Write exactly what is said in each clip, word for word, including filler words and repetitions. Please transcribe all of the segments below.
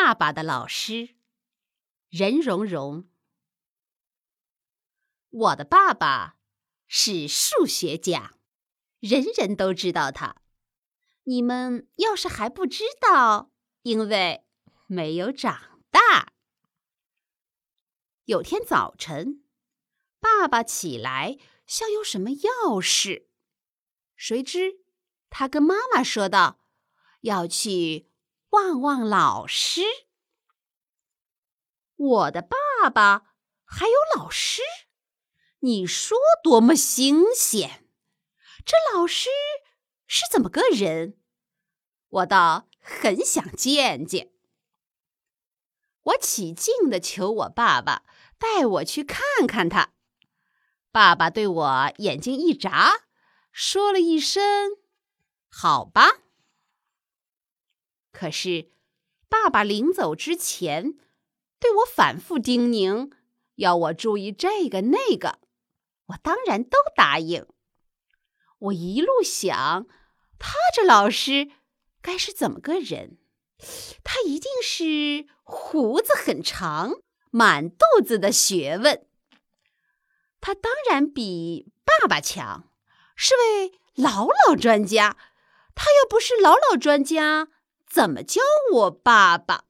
爸爸的老师，任溶溶。我的爸爸是数学家，人人都知道他。你们要是还不知道，因为没有长大。有天早晨，爸爸起来像有什么要事，谁知他跟妈妈说道，要去望望老师。我的爸爸还有老师？你说多么新鲜！这老师是怎么个人？我倒很想见见。我起劲地求我爸爸带我去看看他。爸爸对我眼睛一眨，说了一声好吧。可是爸爸临走之前对我反复叮咛，要我注意这个那个，我当然都答应。我一路想，他这老师该是怎么个人？他一定是胡子很长，满肚子的学问。他当然比爸爸强，是位老老专家。他要不是老老专家，怎么叫我爸爸？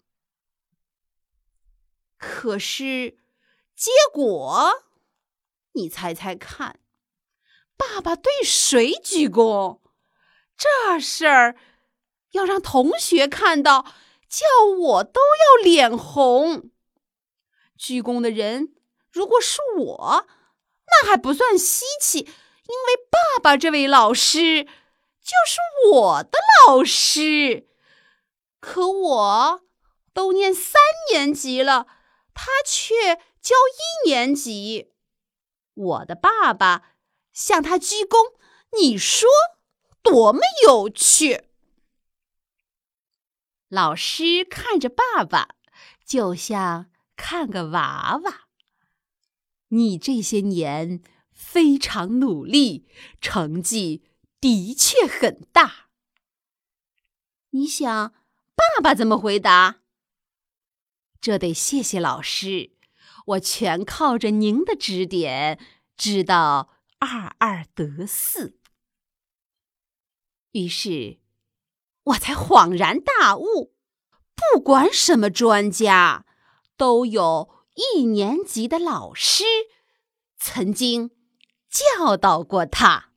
可是结果，你猜猜看，爸爸对谁鞠躬？这事儿要让同学看到，叫我都要脸红。鞠躬的人如果是我，那还不算稀奇，因为爸爸这位老师就是我的老师。可我都念三年级了，他却教一年级。我的爸爸向他鞠躬，你说多么有趣！老师看着爸爸，就像看个娃娃。你这些年非常努力，成绩的确很大。你想，爸爸怎么回答？这得谢谢老师，我全靠着您的指点，知道二二得四。于是我才恍然大悟，不管什么专家，都有一年级的老师曾经教导过他。